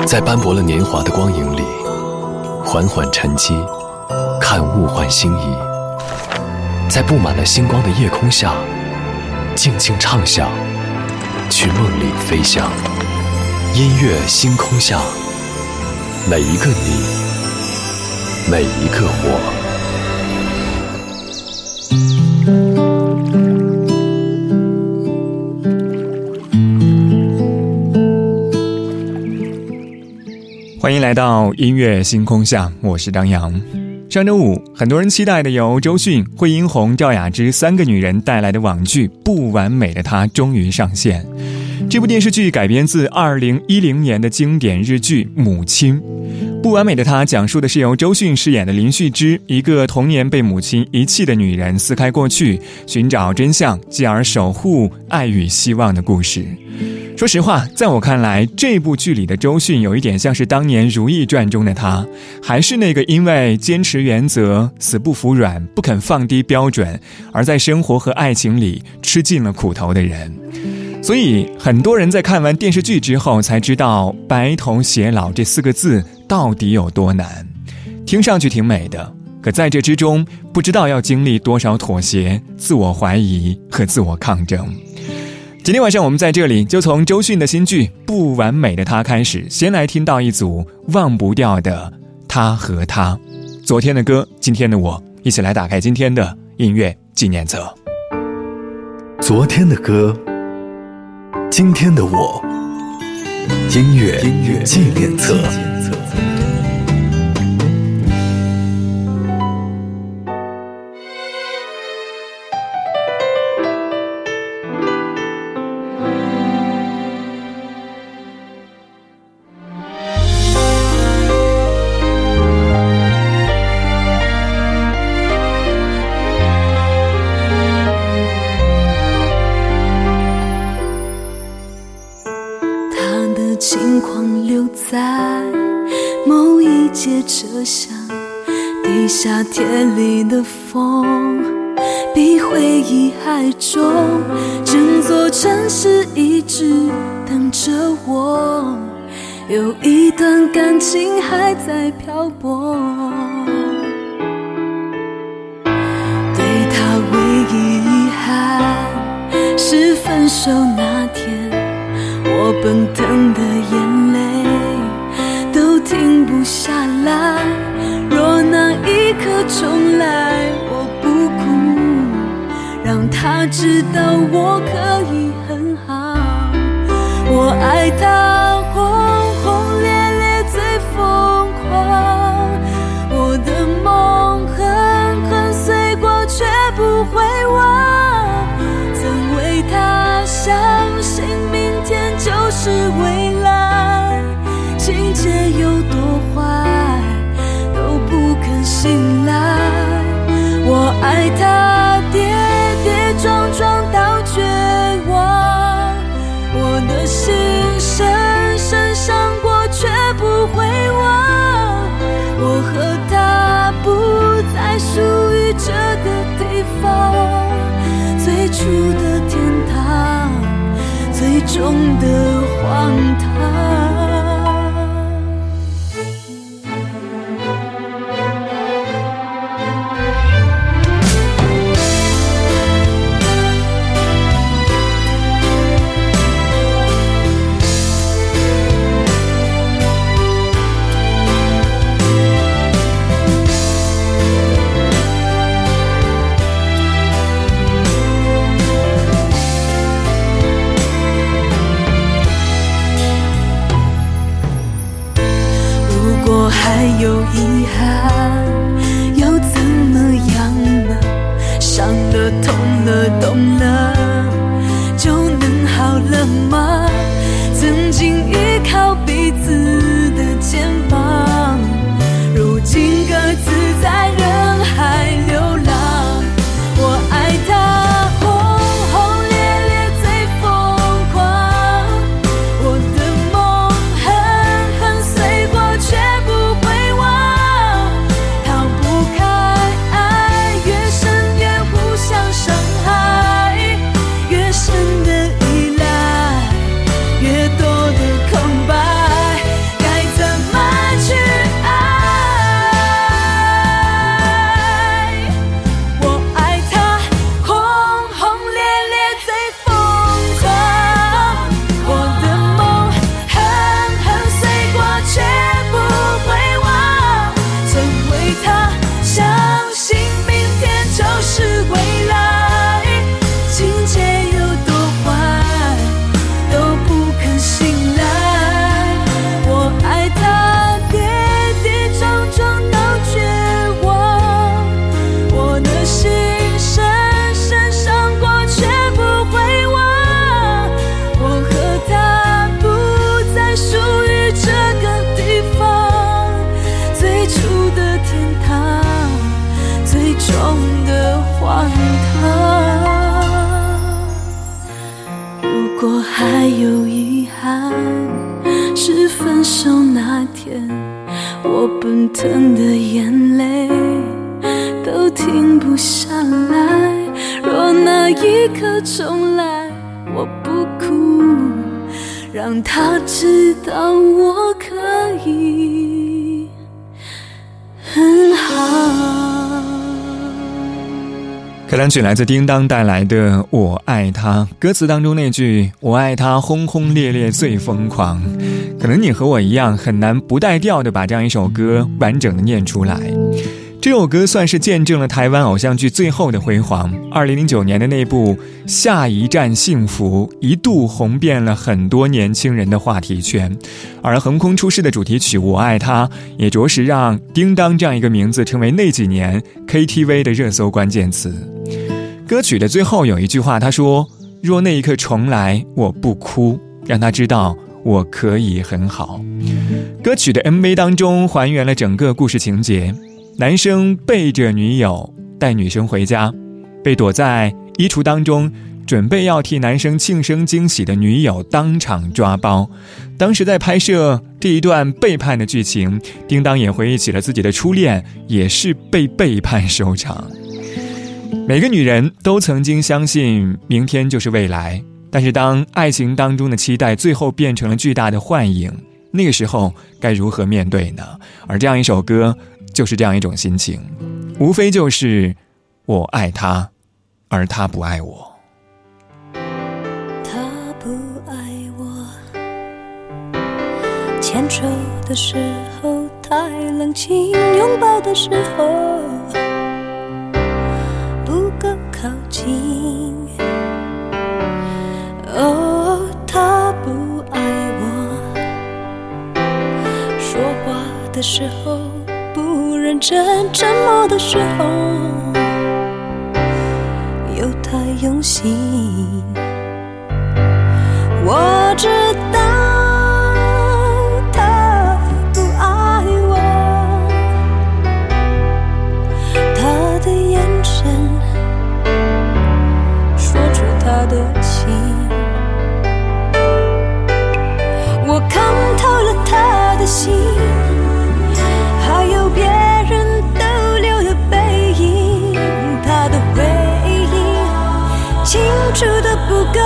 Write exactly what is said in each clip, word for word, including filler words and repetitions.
在斑驳了年华的光影里，缓缓沉积，看物换星移。在布满了星光的夜空下，静静畅想，去梦里飞翔。音乐星空下，每一个你，每一个我。 欢迎来到音乐星空下，我是张扬。上周五，很多人期待的由周迅、惠英红、赵雅芝三个女人带来的网剧《不完美的她》终于上线。这部电视剧改编自二零一零年的经典日剧《母亲》。不完美的她讲述的是由周迅饰演的林旭之，一个童年被母亲遗弃的女人，撕开过去，寻找真相，继而守护爱与希望的故事。说实话，在我看来，这部剧里的周迅有一点像是当年《如懿传》中的她，还是那个因为坚持原则、死不服软、不肯放低标准，而在生活和爱情里吃尽了苦头的人。所以很多人在看完电视剧之后才知道白头偕老这四个字到底有多难。听上去挺美的，可在这之中不知道要经历多少妥协、自我怀疑和自我抗争。今天晚上我们在这里就从周迅的新剧《不完美的她》开始，先来听到一组忘不掉的她和他。昨天的歌，今天的我，一起来打开今天的音乐纪念册。 昨天的歌，今天的我，音乐纪念册。 轻狂留在某一节车厢，地下铁里的风比回忆还重，整座城市一直等着我，有一段感情还在漂泊。对他唯一遗憾是分手那天，我奔腾的眼泪都停不下来，若那一刻重来，我不哭，让他知道我可以很好。我爱他轰轰烈烈最疯狂，我的梦狠狠碎过却不会忘，曾为他相信明天就是未来，情节有多坏都不肯醒来。我爱他跌跌撞撞到绝望，我的心深深伤过却不会忘，我和他不再属于这个地方，最初的天堂，最终的荒唐。还有遗憾又怎么样呢？伤了痛了懂了就能好了吗？曾经依靠彼此的肩膀，如今各自在人海流浪。我爱他轰轰烈烈最疯狂，我的梦狠狠碎过却不会忘，逃不开爱，越深越互相伤还有遗憾，是分手那天，我奔腾的眼泪都停不下来。若那一刻重来，我不哭，让他知道我可以很好。 开场曲来自叮当带来的《我爱他》，歌词当中那句“我爱他，轰轰烈烈最疯狂”，可能你和我一样很难不带调的把这样一首歌完整的念出来。这首歌算是见证了台湾偶像剧最后的辉煌。二零零九年的那部《下一站幸福》一度红遍了很多年轻人的话题圈，而横空出世的主题曲《我爱他》也着实让叮当这样一个名字成为那几年 K T V 的热搜关键词。歌曲的最后有一句话，他说：“若那一刻重来，我不哭，让他知道我可以很好。”歌曲的 M V 当中还原了整个故事情节。男生背着女友带女生回家，被躲在衣橱当中准备要替男生庆生惊喜的女友当场抓包。当时在拍摄这一段背叛的剧情，叮当也回忆起了自己的初恋也是被背叛收场。每个女人都曾经相信明天就是未来，但是当爱情当中的期待最后变成了巨大的幻影，那个时候该如何面对呢？而这样一首歌就是这样一种心情，无非就是我爱他，而他不爱我。 他不爱我，牵手的时候太冷清，拥抱的时候不够靠近。哦，他不爱我，说话的时候不认真，沉默的时候又太用心。我知道他不爱我，他的眼神说出他的情，我看透了他的心，还有别人逗留的背影，他的回忆清楚的不够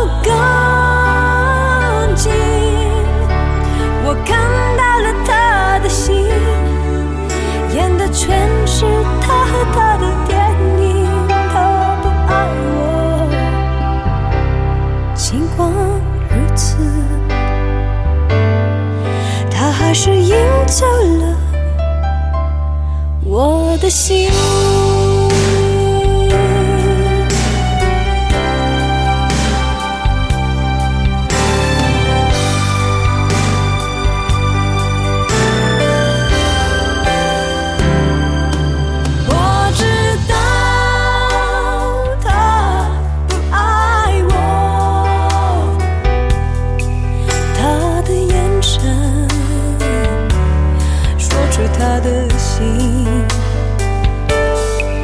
干净。我看到了他的心，演的全是他和他的电影。他不爱我，尽管如此，他还是赢走了我的心。我知道他不爱我，他的眼神说出他的心，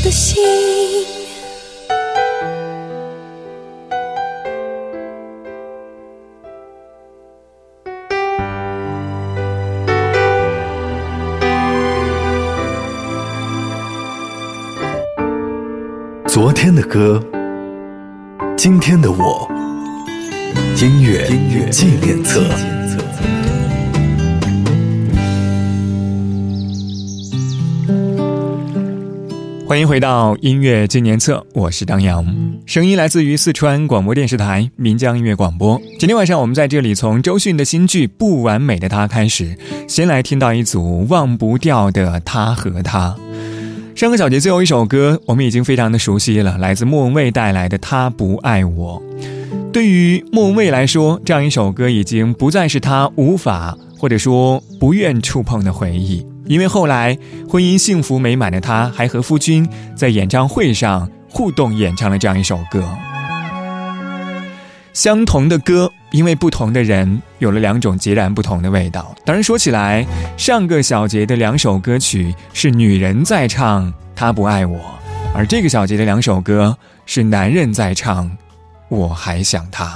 的心。 昨天的歌，今天的我，音乐纪念册。 欢迎回到音乐纪念册，我是张扬，声音来自于四川广播电视台岷江音乐广播。今天晚上我们在这里从周迅的新剧《不完美的他》开始，先来听到一组忘不掉的他和她。上个小节最后一首歌我们已经非常的熟悉了，来自莫文蔚带来的《他不爱我》。对于莫文蔚来说，这样一首歌已经不再是他无法或者说不愿触碰的回忆，因为后来婚姻幸福美满的他还和夫君在演唱会上互动演唱了这样一首歌。相同的歌，因为不同的人有了两种截然不同的味道。当然说起来，上个小节的两首歌曲是女人在唱他不爱我，而这个小节的两首歌是男人在唱我还想他。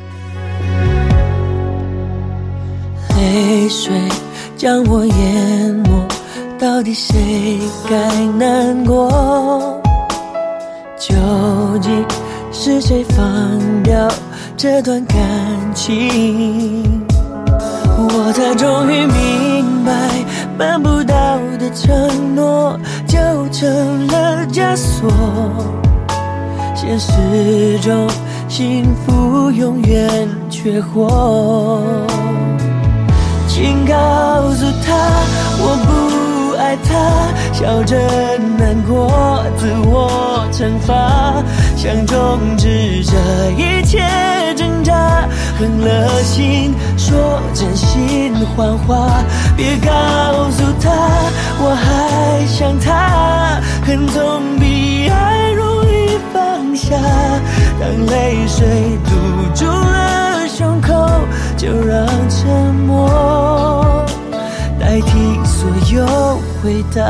泪水将我淹没，到底谁该难过？究竟是谁放掉这段感情？我才终于明白，办不到的承诺就成了枷锁，现实中幸福永远缺货。请告诉他我不爱他，笑着难过，自我惩罚，想终止这一切挣扎，狠了心说真心谎话，别告诉他我还想他，恨总比爱容易放下，当泪水堵住了胸口，就让沉默代替所有回答。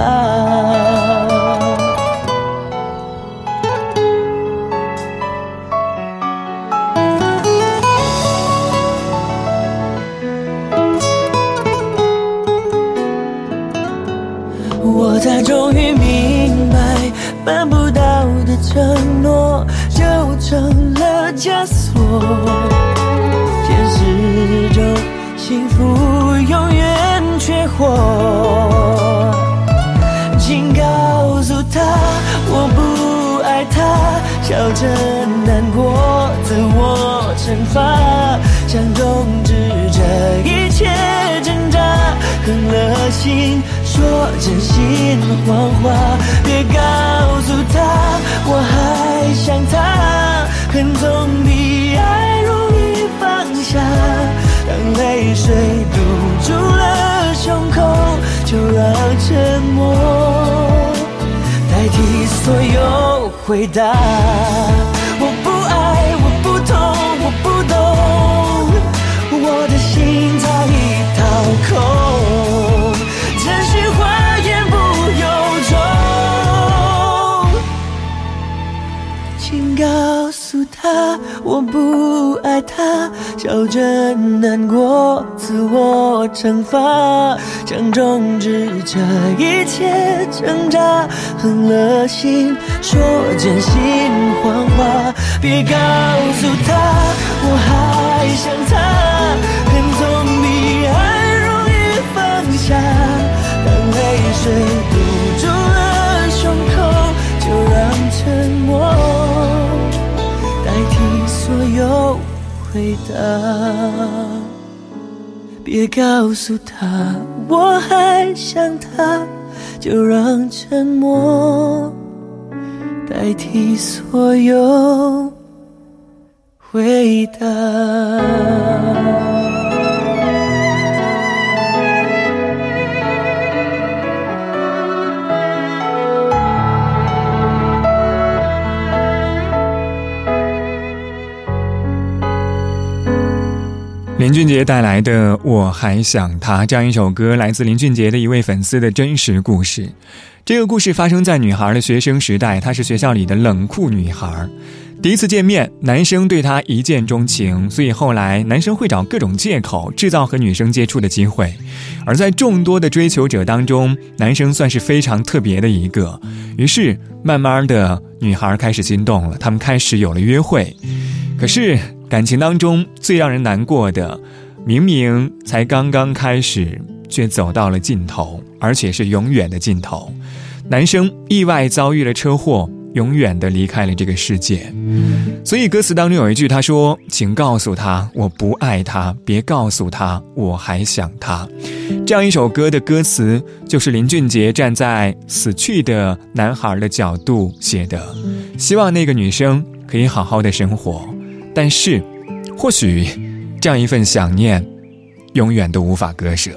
我才终于明白，办不到的承诺就成了枷锁，现实中幸福永远缺货。请告诉他我不爱他，笑着难过，自我惩罚，想终止这一切挣扎，狠了心说真心谎话，别告诉他我还想他，恨总比爱容易放下，当泪水堵住了胸口，就让沉默代替所有回答。我不爱，我不痛，我不懂，我的心早已掏空，真心话言不由衷。请告诉他我不爱他，笑着难过，自我惩罚，想终止这一切挣扎，狠了心说真心谎话，别告诉他我还想他，恨总比爱容易放下，当泪水堵住了胸口，就让沉默代替所有回答。别告诉他我还想他，就让沉默代替所有回答。 林俊杰带来的我还想他，这样一首歌来自林俊杰的一位粉丝的真实故事。 这个故事发生在女孩的学生时代，她是学校里的冷酷女孩。第一次见面，男生对她一见钟情，所以后来男生会找各种借口制造和女生接触的机会。而在众多的追求者当中，男生算是非常特别的一个。于是慢慢的女孩开始心动了，他们开始有了约会。可是感情当中最让人难过的，明明才刚刚开始，却走到了尽头，而且是永远的尽头。男生意外遭遇了车祸，永远的离开了这个世界。所以歌词当中有一句，他说，请告诉他我不爱他，别告诉他我还想他。这样一首歌的歌词，就是林俊杰站在死去的男孩的角度写的，希望那个女生可以好好的生活，但是或许这样一份想念永远都无法割舍。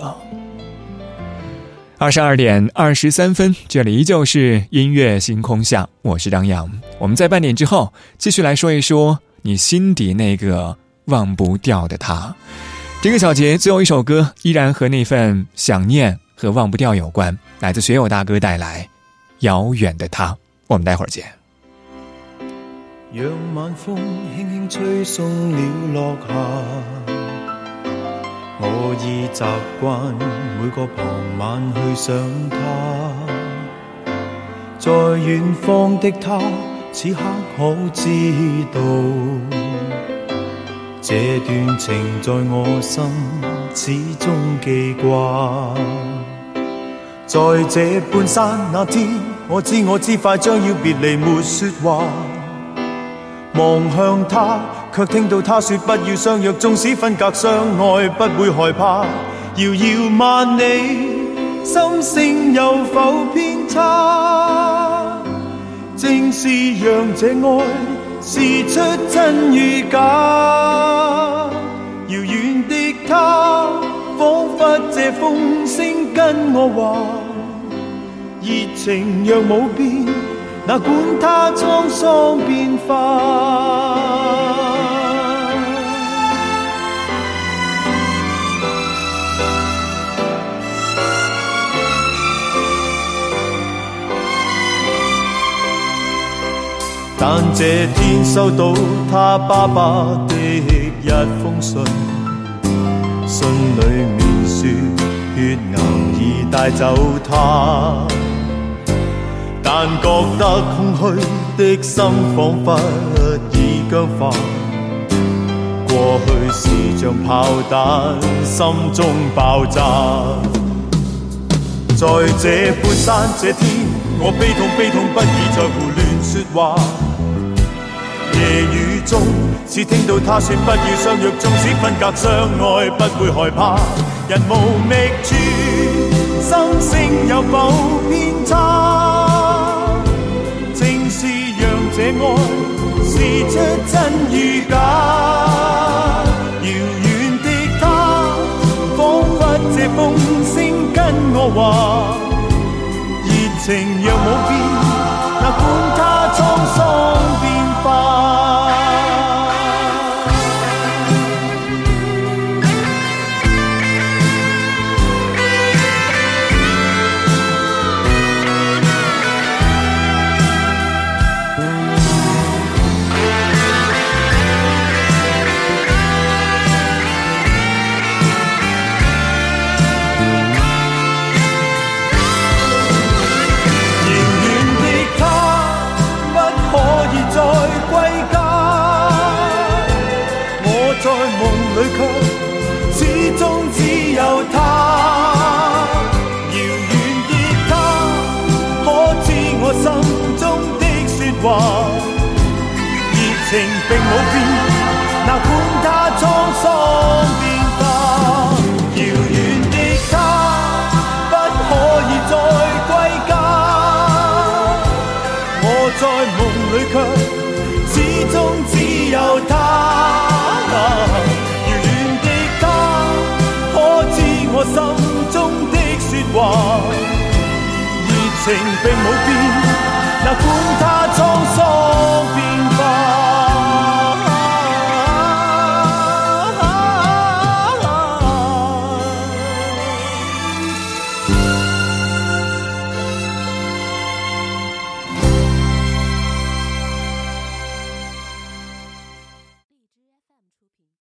二十二点二十三分，这里依旧是音乐星空下，我是张扬。我们在半点之后继续来说一说你心底那个忘不掉的他。这个小节最后一首歌依然和那份想念和忘不掉有关，来自学友大哥带来遥远的他。我们待会儿见。 让晚风轻轻吹送了落下，我已习惯每个傍晚去想他，在远方的他此刻可知道，这段情在我心始终記掛。在這半山那天，我知我知快將要別離，沒說話，望向他卻聽到他說不要相約，縱使分隔相愛不會害怕，遙遙萬里心聲有否偏差，正是讓這愛試出真與假，遙遠的他彷彿這風聲跟我話，熱情若冇變，哪管它滄桑變化。但這天收到他爸爸的一封信，信裏面說血牛已帶走他，但覺得空虛的心彷彿已僵化，過去是像炮彈心中爆炸。在這半山這天，我悲痛悲痛不已在胡亂說話，夜雨中只聽到他說不要相約，縱使分隔相愛不會害怕，人無覓處心聲有否偏差，正是讓這愛試出真與假，遙遠的他彷彿這風聲跟我話，熱情若冇變，哪管它滄桑變化。始終只有他，遙遠的他可知我心中的說話，熱情並冇變，哪管它滄桑變化，遙遠的他不可以再歸家，我在夢裏卻始終只有他，我心中的說話，熱情並冇變，